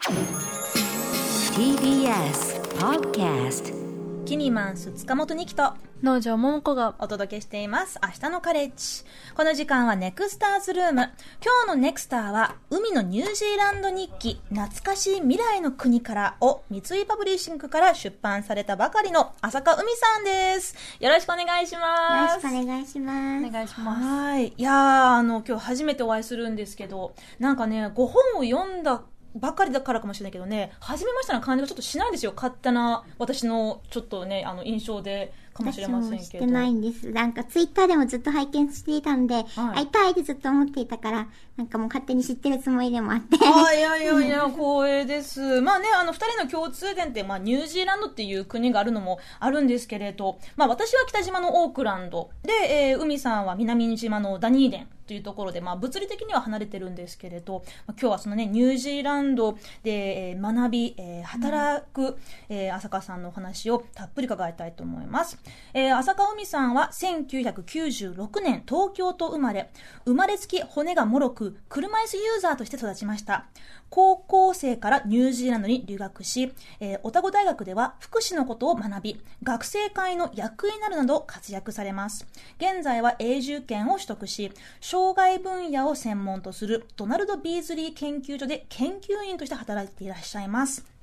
TBS Podcast キニマンス塚本二木と農場桃子がお届けしています明日のカレッジ。この時間はネクスターズルーム。今日のネクスターは海のニュージーランド日記懐かしい未来の国からを三井パブリッシングから出版されたばかりの浅香海さんです。よろしくお願いします。 よろしくお願いします。 お願いします。 はい。いやー、今日初めてお会いするんですけど、なんかね、ご本を読んだばかりだからかもしれないけどね、初めましてな感じがちょっとしないんですよ。勝手な私のちょっとね、印象でかもしれませんけど。 私もしてないんです。なんかツイッターでもずっと拝見していたんで、会いたいってずっと思っていたから、なんかもう勝手に知ってるつもりでもあって。 いや、光栄です。まあね、二人の共通点って、まあニュージーランドっていう国があるのもあるんですけれど、まあ私は北島のオークランドで、海さんは南島のダニーデンというところで、まあ物理的には離れてるんですけれど、今日はそのね、ニュージーランドで、学び、働く、浅香さんのお話をたっぷり伺いたいと思います。浅香海さんは1996年東京と生まれつき骨が脆く車椅子ユーザーとして育ちました。高校生からニュージーランドに留学し、オタゴ大学では福祉のことを学び、学生会の役員になるなど活躍されます。現在は永住権を取得し、障害分野を専門とするドナルド・ビーズリー研究所で研究員として働いていらっしゃいます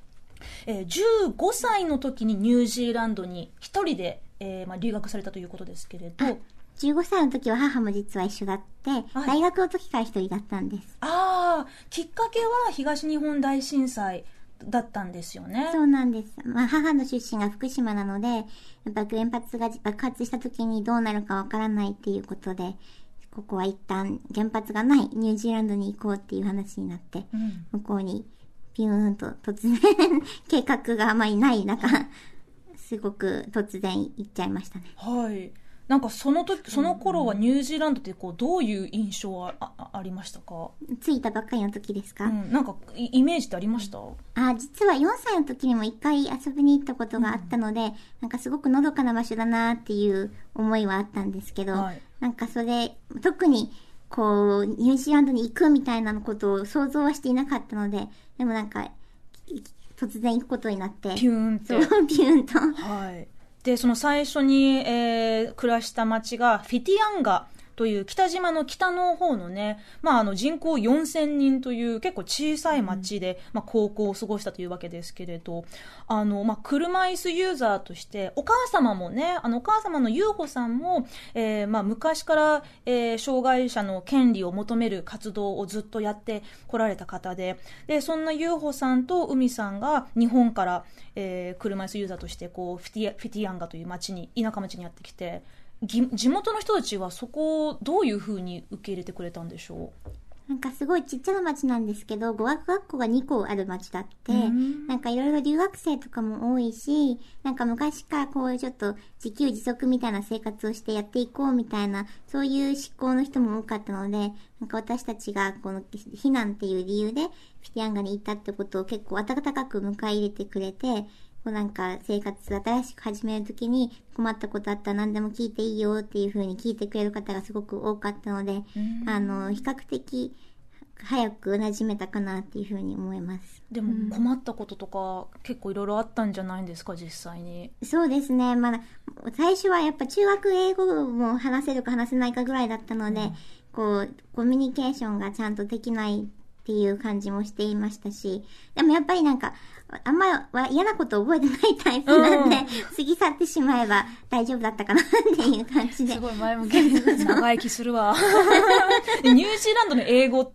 。15歳の時にニュージーランドに一人で、留学されたということですけれど、 15歳の時は母も実は一緒だって、大学の時から一人だったんです。 きっかけは東日本大震災だったんですよね。 そうなんです。まあ母の出身が福島なので、やっぱ原発が爆発した時にどうなるかわからないっていうことで、ここは一旦原発がないニュージーランドに行こうっていう話になって、向こうにピューンと突然計画があまりない中、すごく突然行っちゃいましたね。 はい。なんかその頃はニュージーランドってこうどういう印象は ありましたか？ 着いたばっかりの時ですか？ なんかイメージってありました？ 実は4歳の時にも一回遊びに行ったことがあったので、なんかすごくのどかな場所だなっていう思いはあったんですけど、なんかそれ特にこうニュージーランドに行くみたいなことを想像はしていなかったので、でもなんか突然行くことになってピューンってピューンと、 でその最初に、暮らした町がフィティアンガという北島の北の方のね、人口4000人という結構小さい町で、高校を過ごしたというわけですけれど、車椅子ユーザーとしてお母様もね、お母様の優穂さんも、昔から、障害者の権利を求める活動をずっとやってこられた方で、そんな優穂さんと海さんが日本から、車椅子ユーザーとしてこうフィティアンガという町に、田舎町にやってきて、地元の人たちはそこをどういう風に受け入れてくれたんでしょう？ なんかすごいちっちゃな町なんですけど、語学学校が2校ある町だって、なんかいろいろ留学生とかも多いし、なんか昔からこうちょっと自給自足みたいな生活をしてやっていこうみたいな、そういう思考の人も多かったので、なんか私たちがこの避難っていう理由でフィティアンガに行ったってことを結構温かく迎え入れてくれて、なんか生活新しく始めるときに困ったことあったら何でも聞いていいよっていう風に聞いてくれる方がすごく多かったので、比較的早く馴染めたかなっていう風に思います。 でも困ったこととか結構いろいろあったんじゃないんですか、実際に？ そうですね。最初はやっぱ中学英語も話せるか話せないかぐらいだったので、コミュニケーションがちゃんとできないっていう感じもしていましたし、でもやっぱりなんかあんまり嫌なこと覚えてないタイプなんで、過ぎ去ってしまえば大丈夫だったかなっていう感じで。 すごい前向き長生きするわ。ニュージーランドの英語って、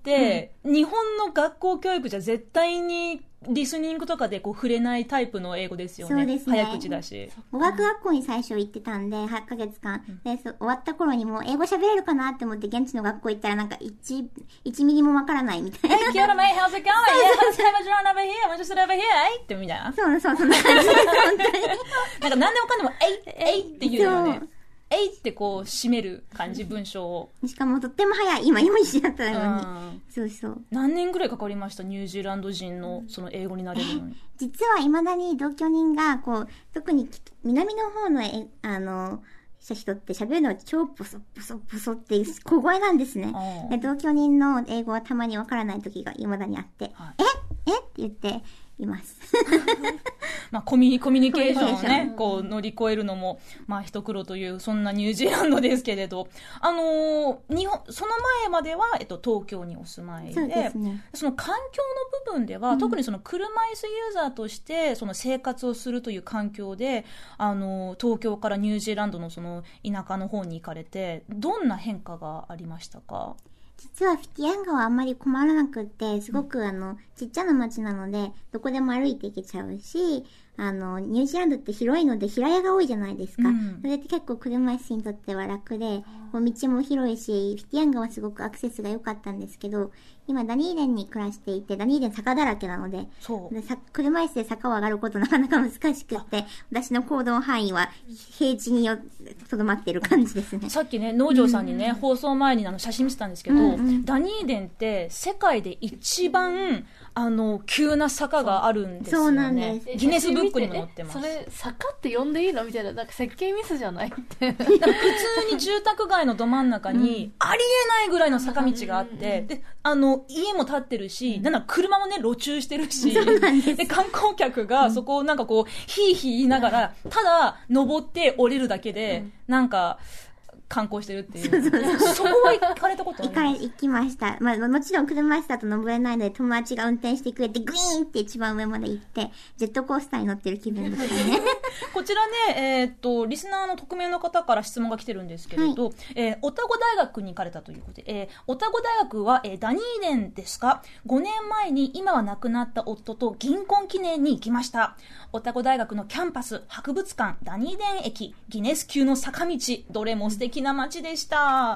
日本の学校教育じゃ絶対にリスニングとかでこう触れないタイプの英語ですよね。 そうですね。 早口だし。 語学学校に最初行ってたんで、8ヶ月間。で、終わった頃にもう英語喋れるかなって思って現地の学校行ったらなんか1ミリもわからないみたいな。 Hey, Kia ora, mate, how's it going? Yeah, let's have a joint over here. I'm just over here, eh? ってみたいな。 そんな感じです、本当に。 なんか何でもかんでも、えいって言うよね。えいってこう締める感じ、文章を。 しかもとっても早い。今一緒だったのに。そうそう。 何年ぐらいかかりました？ニュージーランド人のその英語になれるのに。 実は未だに同居人が特に南の方のした人って喋るのが超ボソボソボソって小声なんですね。で同居人の英語はたまにわからない時が未だにあって、えって言っています。 まあ、コミュニケーションをね、こう乗り越えるのも、まあ、一苦労という、そんなニュージーランドですけれど、その前までは、東京にお住まいで、 そうですね、 その環境の部分では、特にその車椅子ユーザーとして、その生活をするという環境で、東京からニュージーランドのその田舎の方に行かれて、どんな変化がありましたか？ 実はフィティアンガはあんまり困らなくって、すごくちっちゃな町なので、どこでも歩いて行けちゃうし、ニュージーランドって広いので平屋が多いじゃないですか。それって結構車椅子にとっては楽で、道も広いし、フィティアンガはすごくアクセスが良かったんですけど、今ダニーデンに暮らしていて、ダニーデン坂だらけなので、車椅子で坂を上がることなかなか難しくって、私の行動範囲は平地にとどまっている感じですね。 さっきね、農場さんにね、放送前に写真見せたんですけど、ダニーデンって世界で一番急な坂があるんですよね。 そうなんです。 ギネスブックにも載ってます。 それ坂って呼んでいいのみたいな、なんか設計ミスじゃないって普通に住宅街のど真ん中にありえないぐらいの坂道があって、で家も建ってるし、なんか車もね路駐してるし、で観光客がそこをなんかこうヒーヒー言いながら、ただ登って降りるだけでなんか観光してるっていう。そこは行かれたことあります？ 行きました。まあもちろん車椅子だと登れないので、友達が運転してくれてグイーンって一番上まで行って、ジェットコースターに乗ってる気分ですよね。 こちらね、リスナーの匿名の方から質問が来てるんですけれど、オタゴ大学に行かれたということで、オタゴ大学は、ダニーデンですか？5年前に今は亡くなった夫と銀婚記念に行きました。オタゴ大学のキャンパス、博物館、ダニーデン駅、ギネス級の坂道、どれも素敵な街でした。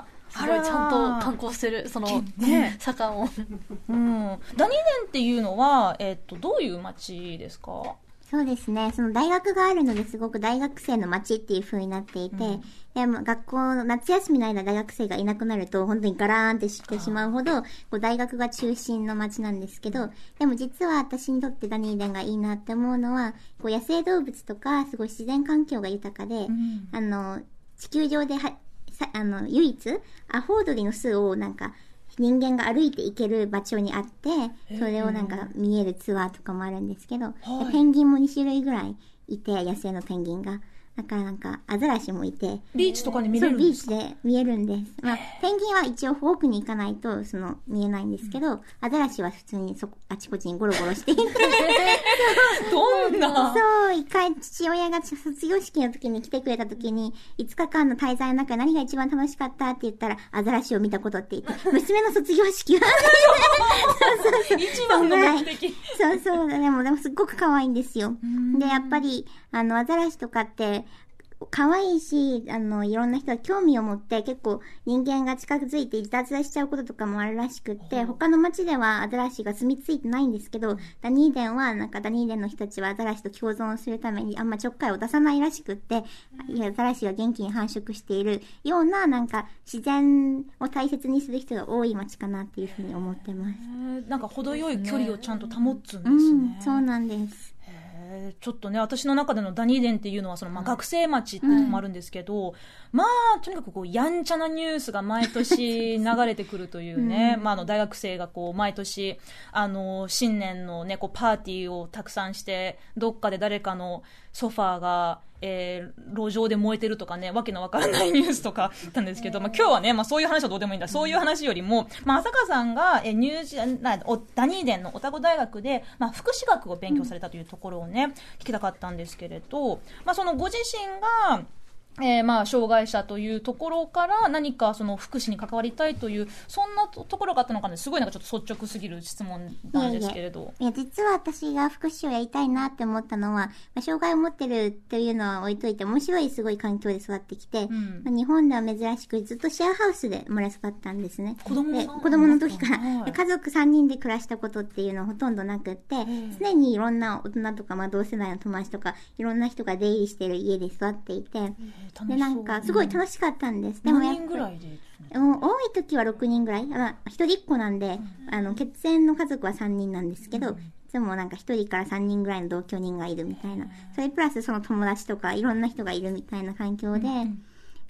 すごいちゃんと観光してる、その、坂を。 ダニーデンっていうのは、どういう街ですか？ そうですね。その大学があるのですごく大学生の街っていう風になっていて、でも学校の夏休みの間大学生がいなくなると本当にガラーンってしてしまうほど、こう大学が中心の街なんですけど、でも実は私にとってダニーデンがいいなって思うのは、こう野生動物とかすごい自然環境が豊かで、地球上で唯一アホウドリの巣をなんか人間が歩いて行ける場所にあって、それをなんか見えるツアーとかもあるんですけど、ペンギンも2種類ぐらいいて、野生のペンギンが。だからなんかアザラシもいて、 ビーチとかで見れるんですか？ そう、ビーチで見えるんです。まあ、ペンギンは一応奥に行かないと見えないんですけど、アザラシは普通にあちこちにゴロゴロしていてどんな？ そう、一回父親が卒業式の時に来てくれた時に、5日間の滞在の中で何が一番楽しかったって言ったら、アザラシを見たことって言って、娘の卒業式はそう一番の目的。 そう、でもすっごく可愛いんですよ。で、やっぱり、アザラシとかって、可愛いし、いろんな人が興味を持って結構人間が近づいていたずらしちゃうこととかもあるらしくって、他の町ではアザラシが住み着いてないんですけど、ダニーデンはなんかダニーデンの人たちはアザラシと共存するためにあんまちょっかいを出さないらしくって、アザラシが元気に繁殖しているようななんか自然を大切にする人が多い町かなっていうふうに思ってます。 なんか程よい距離をちゃんと保つんですね。 そうなんです。 ちょっとね、私の中でのダニーデンっていうのは学生町っていうのもあるんですけど、まあとにかくこうやんちゃなニュースが毎年流れてくるというね、大学生がこう毎年新年のねこうパーティーをたくさんして、どっかで誰かのソファーが路上で燃えてるとかね、わけのわからないニュースとかあったんですけど、今日はね、そういう話はどうでもいいんだ。そういう話よりも、浅川さんがダニーデンのオタゴ大学で、福祉学を勉強されたというところをね、聞きたかったんですけれど、そのご自身が障害者というところから何かその福祉に関わりたいというそんなところがあったのかね、すごいなんかちょっと率直すぎる質問なんですけれど。 いや実は私が福祉をやりたいなって思ったのは、障害を持ってるっていうのは置いといて、面白いすごい環境で育ってきて、日本では珍しくずっとシェアハウスで生まれ育ったんですね。子供の時から、家族3人で暮らしたことっていうのはほとんどなくって、常にいろんな大人とか、同世代の友達とかいろんな人が出入りしてる家で育っていて、でなんかすごい楽しかったんです。でも何人ぐらいで？ 多い時は6人ぐらい。一人っ子なんで、血縁の家族は3人なんですけど、いつもなんか1人から3人ぐらいの同居人がいるみたいな。それプラスその友達とかいろんな人がいるみたいな環境で、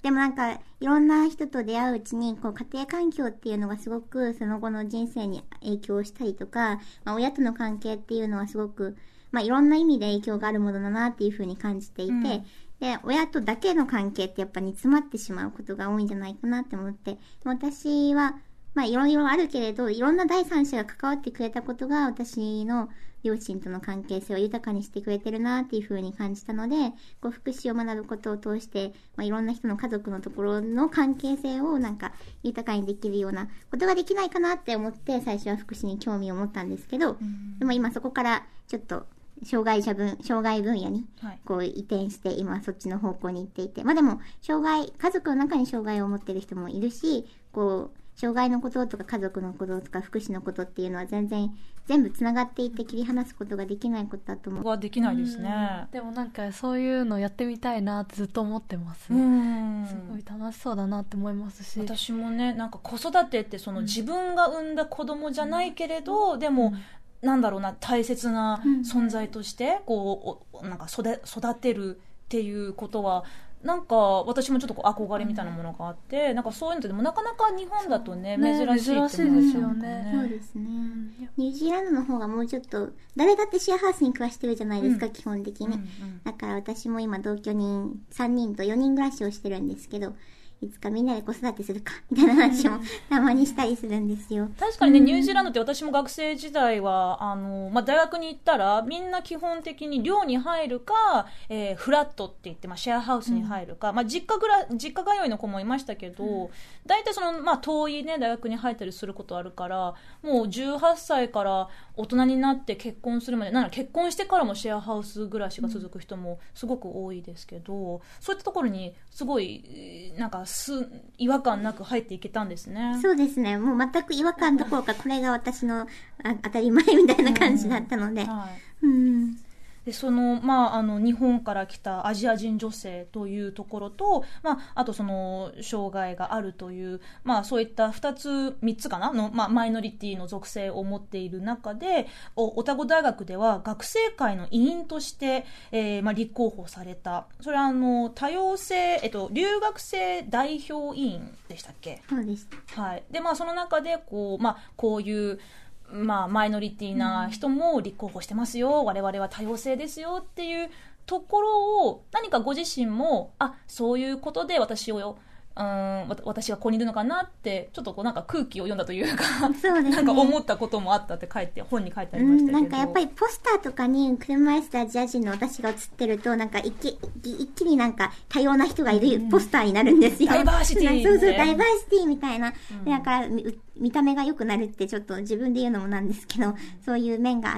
でもなんか、いろんな人と出会ううちに、こう、家庭環境っていうのがすごく、その後の人生に影響したりとか、まあ、親との関係っていうのはすごく、まあ、いろんな意味で影響があるものだなっていうふうに感じていて、で、親とだけの関係ってやっぱ煮詰まってしまうことが多いんじゃないかなって思って、私は、まあいろいろあるけれど、いろんな第三者が関わってくれたことが私の両親との関係性を豊かにしてくれてるなっていう風に感じたので、こう福祉を学ぶことを通して、まあいろんな人の家族のところの関係性をなんか豊かにできるようなことができないかなって思って最初は福祉に興味を持ったんですけど、でも今そこからちょっと障害分野にこう移転して今そっちの方向に行っていて、まあでも家族の中に障害を持ってる人もいるし、こう障害のこととか家族のこととか福祉のことっていうのは全部つながっていて切り離すことができないことだと思う。 はできないですね。 でもなんかそういうのやってみたいなってずっと思ってます。すごい楽しそうだなって思いますし、 私もね、なんか子育てってその自分が産んだ子供じゃないけれど、でもなんだろうな、大切な存在としてこうなんか育てるっていうことはなんか私もちょっとこう憧れみたいなものがあって、なんかそういうのってでもなかなか日本だとね珍しいって思いますよね。 そうですね。ニュージーランドの方がもうちょっと誰だってシェアハウスに暮らしてるじゃないですか、基本的に、だから私も今同居人3人と4人暮らしをしてるんですけど、いつかみんなで子育てするかみたいな話もたまにしたりするんですよ。 確かにね、ニュージーランドって私も学生時代はまあ、大学に行ったらみんな基本的に寮に入るか、フラットって言って、まあ、シェアハウスに入るか、まあ、実家通いの子もいましたけど、大体その、まあ、遠い、ね、大学に入ったりすることあるから、もう18歳から大人になって結婚するまで、結婚してからもシェアハウス暮らしが続く人もすごく多いですけど、そういったところにすごいなんか違和感なく入っていけたんですね。 そうですね。もう全く違和感どころかこれが私の当たり前みたいな感じだったので、 でそのまあ、日本から来たアジア人女性というところと、まあ、あとその障害があるという、まあ、そういった3つかなの、まあ、マイノリティの属性を持っている中で、オタゴ大学では学生会の委員として、まあ、立候補された。それは多様性、留学生代表委員でしたっけ？ そうです。 はい。で、まあ、その中でまあ、こういうまあ、マイノリティな人も立候補してますよ、我々は多様性ですよっていうところを何かご自身もそういうことで私がここにいるのかなってちょっとこうなんか空気を読んだというか、 そうですね、 なんか思ったこともあったって本に書いてありましたけど、 なんかやっぱりポスターとかに車椅子でアジア人の私が写ってるとなんか一気になんか多様な人がいるポスターになるんですよ。 ダイバーシティ、ね、 そうダイバーシティみたいな、だから見た目が良くなるってちょっと自分で言うのもなんですけど、そういう面があって、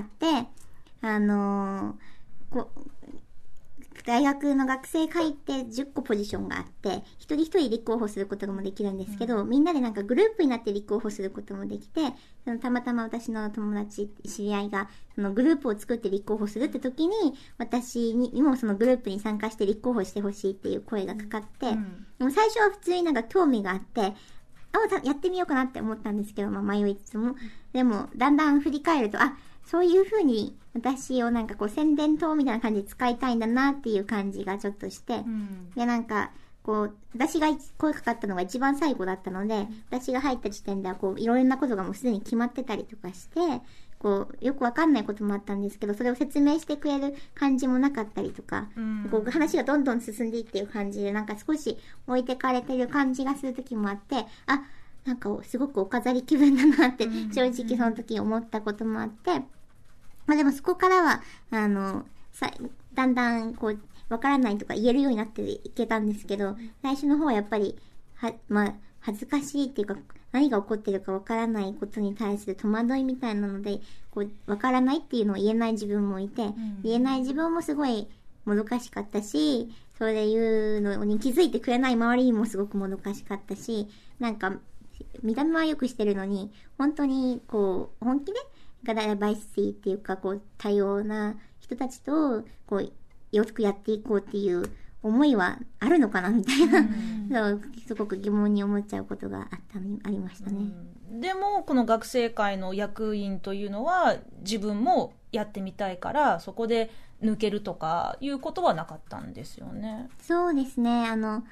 大学の学生会って10個ポジションがあって、一人一人立候補することもできるんですけど、みんなでなんかグループになって立候補することもできて、たまたま私の友達、知り合いがそのグループを作って立候補するって時に、私にもそのグループに参加して立候補してほしいっていう声がかかって、でも最初は普通になんか興味があって、やってみようかなって思ったんですけど、まあ迷いつつも、でもだんだん振り返ると、そういう風に私をなんかこう宣伝塔みたいな感じで使いたいんだなっていう感じがちょっとして、でなんかこう私が声かかったのが一番最後だったので、私が入った時点ではこういろんなことがもうすでに決まってたりとかして、こうよくわかんないこともあったんですけど、それを説明してくれる感じもなかったりとか、こう話がどんどん進んでいっていう感じで、なんか少し置いてかれてる感じがする時もあって、なんかすごくお飾り気分だなって正直その時思ったこともあって、まあでもそこからはだんだんこうわからないとか言えるようになっていけたんですけど、最初の方はやっぱり恥ずかしいっていうか、何が起こってるかわからないことに対する戸惑いみたいなので、こうわからないっていうのを言えない自分もいて、言えない自分もすごいもどかしかったし、それで言うのに気づいてくれない周りにもすごくもどかしかったし、なんか見た目は良くしてるのに本当にこう本気でダイバーシティっていうか、こう多様な人たちとこうよくやっていこうっていう思いはあるのかなみたいな、すごく疑問に思っちゃうことがありましたね。 でもこの学生会の役員というのは自分もやってみたいからそこで抜けるとかいうことはなかったんですよね。 そうですね。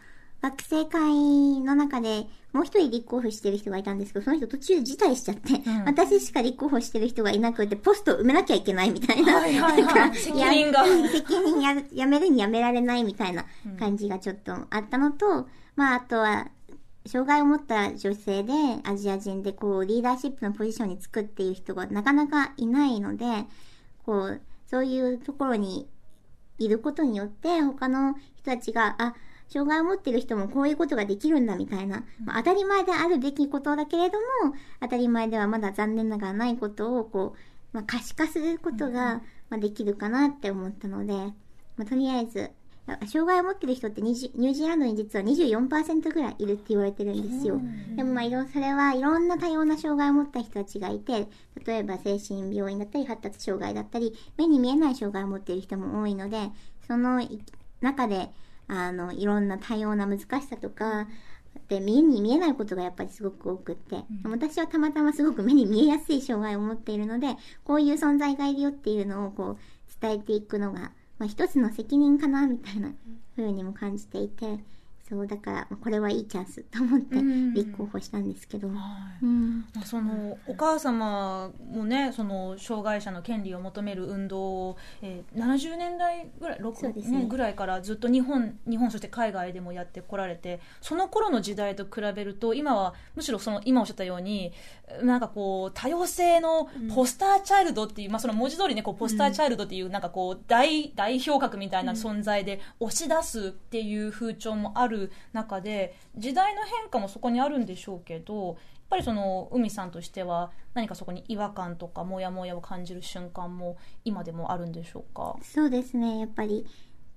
学生会の中でもう一人立候補してる人がいたんですけど、その人途中で辞退しちゃって、私しか立候補してる人がいなくて、ポストを埋めなきゃいけないみたいな。 責任が。 責任やめるにやめられないみたいな感じがちょっとあったのと、あとは、障害を持った女性で、アジア人で、リーダーシップのポジションにつくっていう人がなかなかいないので、そういうところにいることによって、他の人たちが、障害を持っている人もこういうことができるんだみたいな、当たり前であるべきことだけれども、当たり前ではまだ残念ながらないことを、可視化することが、できるかなって思ったので、とりあえず、障害を持っている人ってニュージーランドに実は 24% ぐらいいるって言われてるんですよ。でもそれはいろんな多様な障害を持った人たちがいて、例えば精神病院だったり発達障害だったり、目に見えない障害を持っている人も多いので、その中で、いろんな多様な難しさとか、で、目に見えないことがやっぱりすごく多くって、私はたまたますごく目に見えやすい障害を持っているので、こういう存在がいるよっていうのを伝えていくのが、一つの責任かなみたいな風にも感じていて、そうだからこれはいいチャンスと思って立候補したんですけど、 そのお母様もね、その障害者の権利を求める運動を、70年代ぐらい6年ぐらいからずっと日本そして海外でもやってこられて、その頃の時代と比べると今はむしろ今おっしゃったようになんか多様性のポスターチャイルドっていう、その文字通りねポスターチャイルドっていうなんか代表格みたいな存在で押し出すっていう風潮もある中で、時代の変化もそこにあるんでしょうけど、やっぱり海さんとしては何かそこに違和感とかモヤモヤを感じる瞬間も今でもあるんでしょうか？ そうですね、やっぱり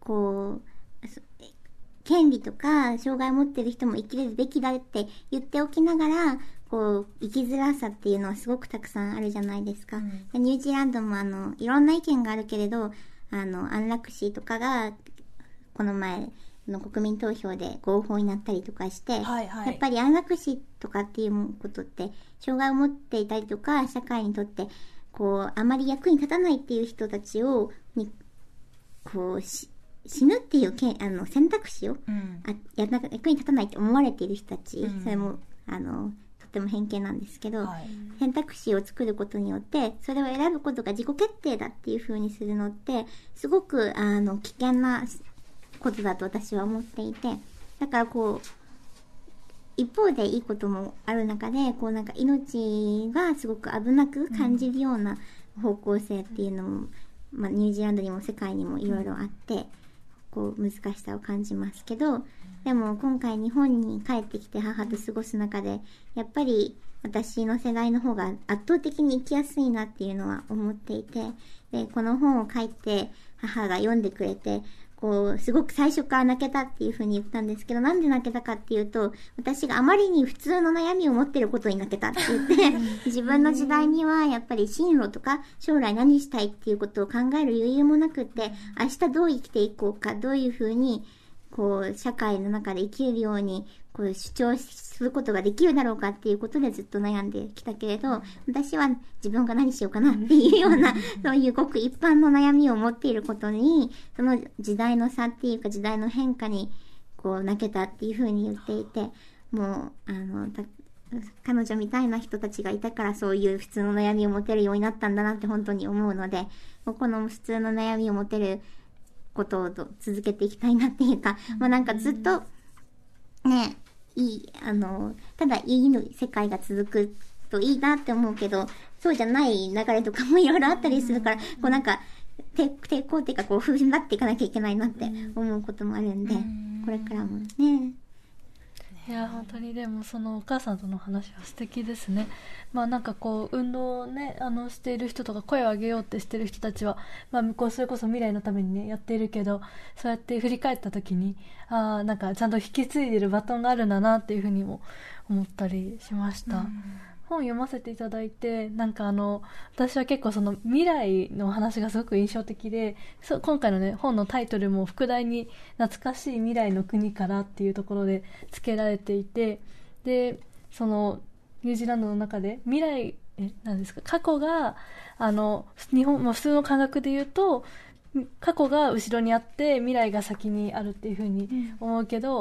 権利とか障害を持っている人も生きるべきだって言っておきながら生きづらさっていうのはすごくたくさんあるじゃないですか。ニュージーランドもいろんな意見があるけれど、安楽死とかがこの前の国民投票で合法になったりとかして、やっぱり安楽死とかっていうことって障害を持っていたりとか社会にとってあまり役に立たないっていう人たちを死ぬっていう選択肢を、役に立たないって思われている人たち、それもとっても偏見なんですけど、選択肢を作ることによってそれを選ぶことが自己決定だっていう風にするのってすごく危険なことだと私は思っていて、だから一方でいいこともある中でなんか命がすごく危なく感じるような方向性っていうのも、ニュージーランドにも世界にもいろいろあって難しさを感じますけど、でも今回日本に帰ってきて母と過ごす中でやっぱり私の世代の方が圧倒的に生きやすいなっていうのは思っていて、でこの本を書いて母が読んでくれてすごく最初から泣けたっていう風に言ったんですけど、なんで泣けたかっていうと、私があまりに普通の悩みを持ってることに泣けたって言って自分の時代にはやっぱり進路とか将来何したいっていうことを考える余裕もなくって、明日どう生きていこうか、どういう風に社会の中で生きれるように主張することができるだろうかっていうことでずっと悩んできたけれど、私は自分が何しようかなっていうようなそういうごく一般の悩みを持っていることに、その時代の差っていうか時代の変化に泣けたっていうふうに言っていて、もう彼女みたいな人たちがいたからそういう普通の悩みを持てるようになったんだなって本当に思うので、この普通の悩みを持てることを続けていきたいなっていうか、なんかずっとね、ただいい世界が続くといいなって思うけど、そうじゃない流れとかもいろいろあったりするから、なんか抵抗っていうか踏ん張っていかなきゃいけないなって思うこともあるんで、これからもね。 いや本当にでもそのお母さんとの話は素敵ですね。なんか運動をねしている人とか声を上げようってしている人たちは、それこそ未来のためにねやっているけど、そうやって振り返った時になんかちゃんと引き継いでるバトンがあるんだなっていうふうにも思ったりしました。本読ませていただいて、なんか私は結構その未来の話がすごく印象的で、今回のね本のタイトルも副題に懐かしい未来の国からっていうところで付けられていて、でそのニュージーランドの中で未来なんですか、過去が日本普通の感覚で言うと過去が後ろにあって未来が先にあるっていう風に思うけど、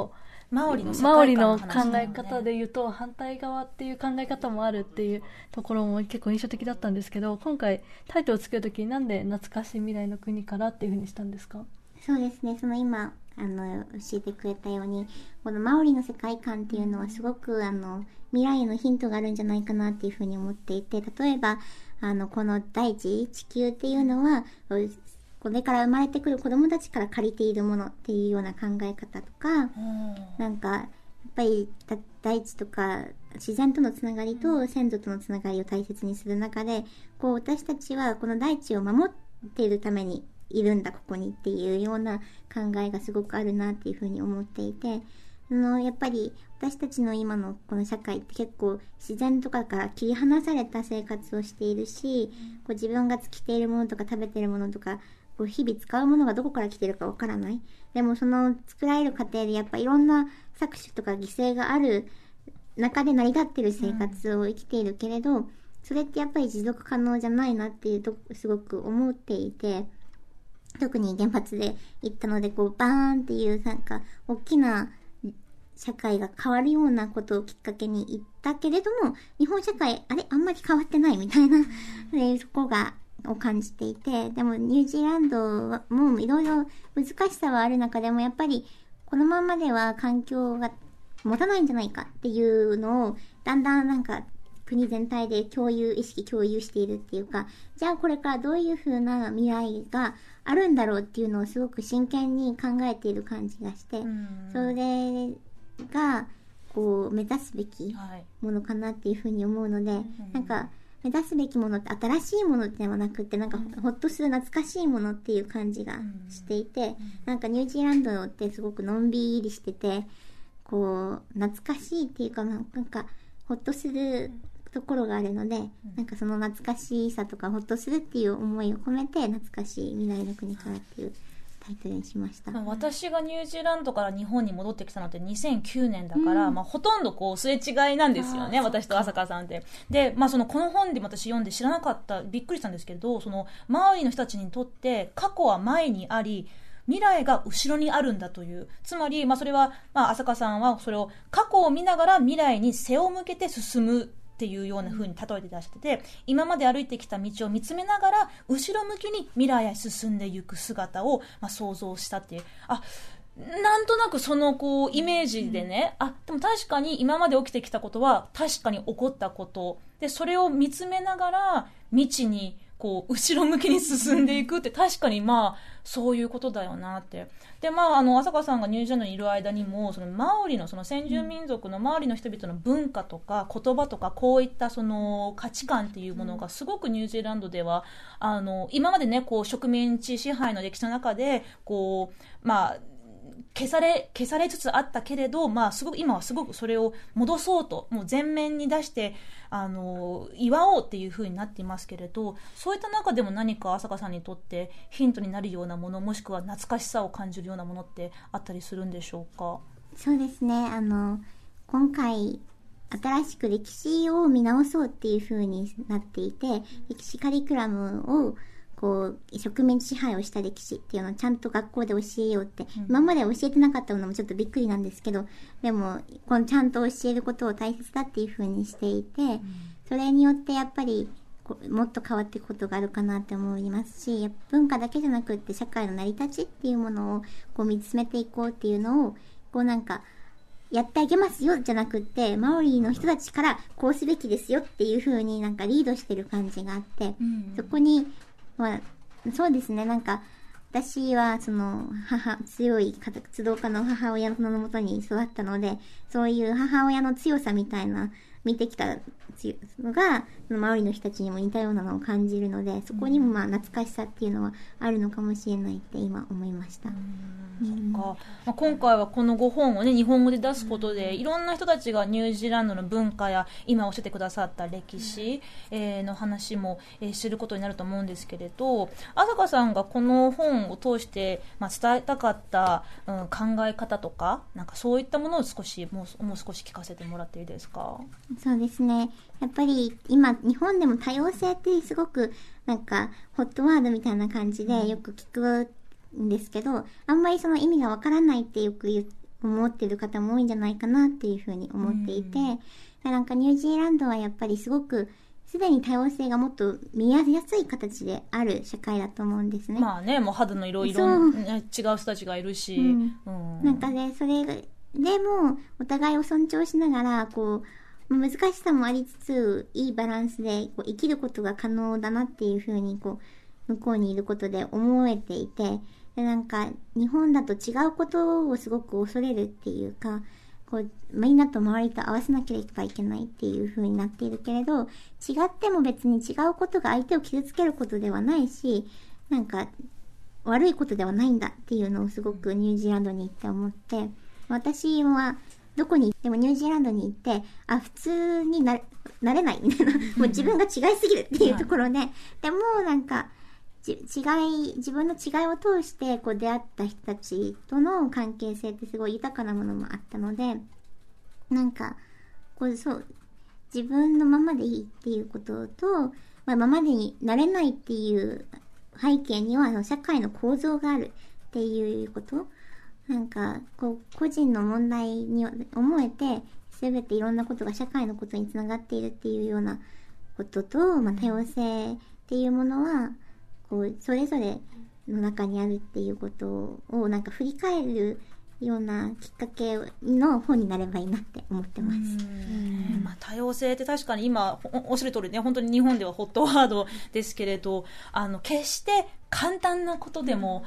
マオリの世マオリ界観の考の話だよね。 え方で言うと反対側っていう考え方もあるっていうところも結構印象的だったんですけど、今回タイトルをつけるときになんで懐かしい未来の国からっていう風にしたんですか？ そうですね、その今教えてくれたように、このマオリの世界観っていうのはすごく未来へのヒントがあるんじゃないかなっていうふうに思っていて、例えばこの大地地球っていうのはこれから生まれてくる子供たちから借りているものっていうような考え方とか、なんかやっぱり大地とか自然とのつながりと先祖とのつながりを大切にする中で、こう私たちはこの大地を守っているためにいるんだここにっていうような考えがすごくあるなっていうふうに思っていて、やっぱり私たちの今のこの社会って結構自然とかから切り離された生活をしているし、こう自分が着ているものとか食べているものとかこう日々使うものがどこから来ているかわからない。でもその作られる過程でやっぱいろんな搾取とか犠牲がある中で成り立っている生活を生きているけれど、それってやっぱり持続可能じゃないなっていうとすごく思っていて、特に原発で行ったのでこうバーンっていうなんか大きな社会が変わるようなことをきっかけに言ったけれども、日本社会あんまり変わってないみたいなそこを感じていて、でもニュージーランドはもういろいろ難しさはある中でもやっぱりこのままでは環境が持たないんじゃないかっていうのをだんだんなんか国全体で共有しているっていうか、じゃあこれからどういう風な未来があるんだろうっていうのをすごく真剣に考えている感じがして、それがこう目指すべきものかなっていう風に思うので、なんか目指すべきものって新しいものではなくて、なんかほっとする懐かしいものっていう感じがしていて、なんかニュージーランドってすごくのんびりしてて、こう懐かしいっていうかなんかほっとするところがあるので、なんかその懐かしさとかほっとするっていう思いを込めて懐かしい未来の国からっていうタイトルにしました。 私がニュージーランドから日本に戻ってきたのって2009年だから、ほとんどこうすれ違いなんですよね、私と浅香さんって。で、この本で私読んで知らなかった、びっくりしたんですけど、その周りの人たちにとって過去は前にあり未来が後ろにあるんだという、つまり、それは、浅香さんはそれを過去を見ながら未来に背を向けて進むっていうような風に例えて出してて、今まで歩いてきた道を見つめながら後ろ向きに未来へ進んでいく姿を、想像したっていう、なんとなくそのこうイメージでね、でも確かに今まで起きてきたことは確かに起こったことで、それを見つめながら未知にこう後ろ向きに進んでいくって確かにそういうことだよなって。で浅香さんがニュージーランドにいる間にもそのマオリのその先住民族の周りの人々の文化とか言葉とかこういったその価値観っていうものがすごくニュージーランドでは今までねこう植民地支配の歴史の中でこう消されつつあったけれど、すごく今はすごくそれを戻そうともう前面に出して祝おうっていう風になっていますけれど、そういった中でも何か浅香さんにとってヒントになるようなもの、もしくは懐かしさを感じるようなものってあったりするんでしょうか？ そうですね、今回新しく歴史を見直そうっていう風になっていて、歴史カリキュラムをこう植民地支配をした歴史っていうのをちゃんと学校で教えようって、今まで教えてなかったのもちょっとびっくりなんですけど、でもこのちゃんと教えることを大切だっていう風にしていて、それによってやっぱりもっと変わっていくことがあるかなって思いますし、文化だけじゃなくって社会の成り立ちっていうものをこう見つめていこうっていうのをこうなんかやってあげますよじゃなくって、マオリの人たちからこうすべきですよっていう風になんかリードしてる感じがあって、そこにそうですね、なんか私はその強い活動家の母親のもとに育ったので、そういう母親の強さみたいな見てきたのがマオリの人たちにも似たようなのを感じるので、そこにも懐かしさっていうのはあるのかもしれないって今思いました。 今回はこの5本をね日本語で出すことで、いろんな人たちがニュージーランドの文化や今教えてくださった歴史、の話も、知ることになると思うんですけれど、浅香さんがこの本を通して、伝えたかった、考え方とかなんかそういったものをもう少し聞かせてもらっていいですか？ そうですね、やっぱり今日本でも多様性ってすごくなんかホットワードみたいな感じでよく聞くんですけど、あんまりその意味がわからないってよく言思ってる方も多いんじゃないかなっていうふうに思っていて、なんかニュージーランドはやっぱりすごくすでに多様性がもっと見やすい形である社会だと思うんですね。 まあね、もう肌の色違う人たちがいるし、 なんかね、それでもお互いを尊重しながらこう難しさもありつついいバランスでこう生きることが可能だなっていうふうにこう向こうにいることで思えていて、でなんか日本だと違うことをすごく恐れるっていうか、こうみんなと周りと合わせなければいけないっていう風になっているけれど、違っても別に違うことが相手を傷つけることではないし、なんか悪いことではないんだっていうのをすごくニュージーランドに行って思って、私はどこに行ってもニュージーランドに行って、普通になれないみたいな、もう自分が違いすぎるっていうところで、でもなんか自分の違いを通してこう出会った人たちとの関係性ってすごい豊かなものもあったので、なんかこう自分のままでいいっていうことと、ままでになれないっていう背景には社会の構造があるっていうこと、なんかこう個人の問題に思えて全ていろんなことが社会のことにつながっているっていうようなことと、多様性っていうものはこうそれぞれの中にあるっていうことをなんか振り返るようなきっかけの本になればいいなって思ってます。 多様性って確かに今おっしゃる通りね、本当に日本ではホットワードですけれど、決して簡単なことでも、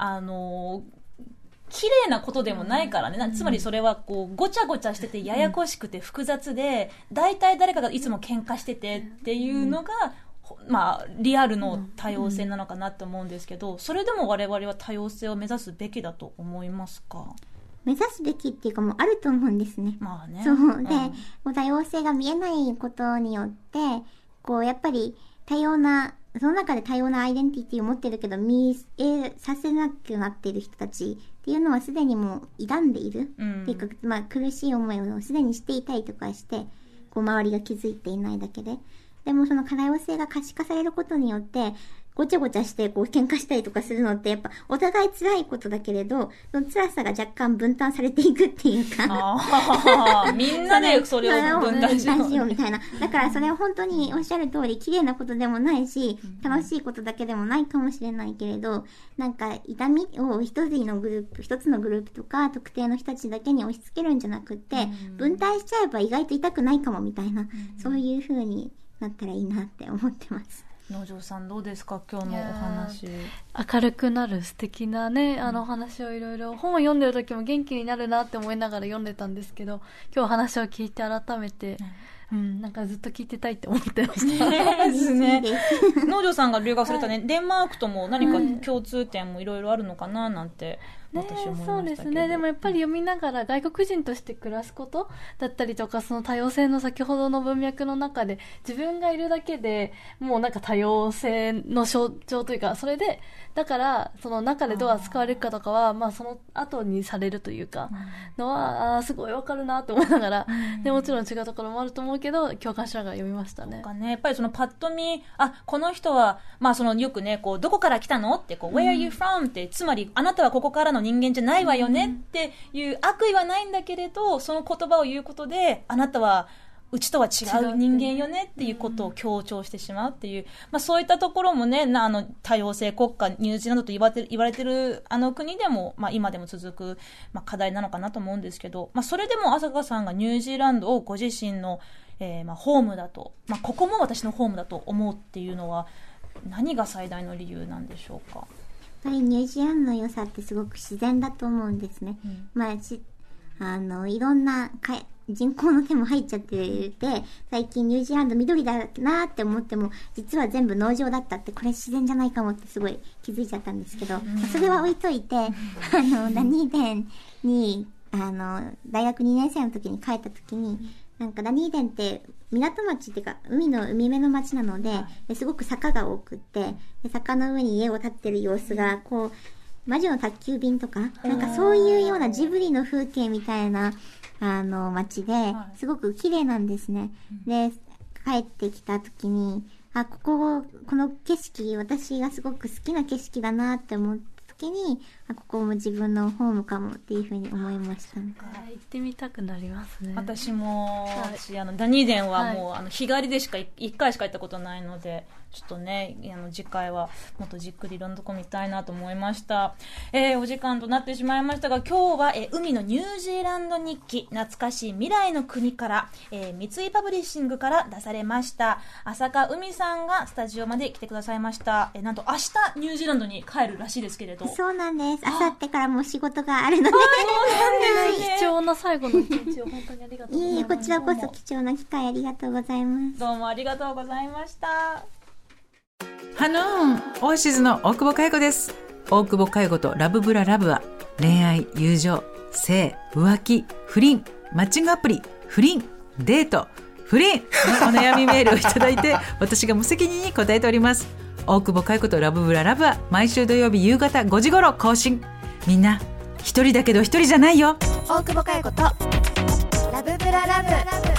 綺麗なことでもないからね。つまりそれはこうごちゃごちゃしててややこしくて複雑で、大体誰かがいつも喧嘩しててっていうのが、リアルの多様性なのかなと思うんですけど、それでも我々は多様性を目指すべきだと思いますか？ 目指すべきっていうかもうあると思うんですね。そうで、多様性が見えないことによってこうやっぱりその中で多様なアイデンティティを持ってるけど見えさせなくなっている人たちっていうのはすでにもう傷んでいる、っていうか、苦しい思いをすでにしていたりとかしてこう周りが気づいていないだけで、でもその多様性が可視化されることによってごちゃごちゃしてこう喧嘩したりとかするのってやっぱお互い辛いことだけれど、その辛さが若干分担されていくっていうかみんなでそれを分担しようみたいな。だからそれは本当におっしゃる通り綺麗なことでもないし、楽しいことだけでもないかもしれないけれど、なんか痛みを一つのグループとか特定の人たちだけに押し付けるんじゃなくって、分担しちゃえば意外と痛くないかもみたいな、そういう風になったらいいなって思ってます。 農場さんどうですか、今日のお話。 明るくなる素敵なね、お話をいろいろ本を読んでる時も元気になるなって思いながら読んでたんですけど、今日話を聞いて改めて、なんかずっと聞いてたいって思ってましたですね。農場さんが留学されたね、デンマークとも何か共通点もいろいろあるのかななんて私思いましたけど。 そうですね。でもやっぱり読みながら外国人として暮らすことだったりとか、その多様性の先ほどの文脈の中で自分がいるだけでもうなんか多様性の象徴というか、それでだからその中でどう扱われるかとかはその後にされるというかのはすごいわかるなと思いながら、でもちろん違うところもあると思うけど共感しながら読みましたね。 やっぱりそのパッと見、この人はそのよくね、こうどこから来たのってこう Where are you from って、つまりあなたはここからの人間じゃないわよねっていう悪意はないんだけれど、その言葉を言うことであなたはうちとは違う人間よねっていうことを強調してしまうっていう、そういったところもね、多様性国家ニュージーランドと言われてる国でも、今でも続く、課題なのかなと思うんですけど、それでも朝香さんがニュージーランドをご自身の、ホームだと、ここも私のホームだと思うっていうのは何が最大の理由なんでしょうか？ やっぱりニュージーランドの良さってすごく自然だと思うんですね。いろんな人工の手も入っちゃってて、最近ニュージーランド緑だなって思っても実は全部農場だったって、これ自然じゃないかもってすごい気づいちゃったんですけど、それは置いといて、ダニーデンに大学2年生の時に帰った時に、なんかダニーデンって港町っていうか海辺の町なので、すごく坂が多くって、坂の上に家を建ってる様子がこう魔女の宅急便とか、なんかそういうようなジブリの風景みたいな街ですごく綺麗なんですね。で帰ってきた時にこの景色私がすごく好きな景色だなって思った時に、ここも自分のホームかもっていうふうに思いましたね。 行ってみたくなりますね。 私も、ダニーデンはもう、日帰りでしか1回しか行ったことないので、ちょっとね、次回はもっとじっくりいろんなとこ見たいなと思いました。お時間となってしまいましたが、今日は、海のニュージーランド日記、懐かしい未来の国から、三井パブリッシングから出されました、浅香海さんがスタジオまで来てくださいました。なんと明日ニュージーランドに帰るらしいですけれど。 そうなんです。明後日からもう仕事があるので。 貴重な最後の一日を本当にありがとうございます。 こちらこそ貴重な機会ありがとうございます。 どうもありがとうございました。 ハノーンオーシズの大久保佳代子です。大久保佳代子とラブブララブは恋愛、友情、性、浮気、不倫、マッチングアプリ、不倫、デート、不倫のお悩みメールをいただいて私が無責任に答えております。大久保佳代子とラブブララブは毎週土曜日夕方5時頃更新。みんな一人だけど一人じゃないよ。 大久保佳代子とラブブララブ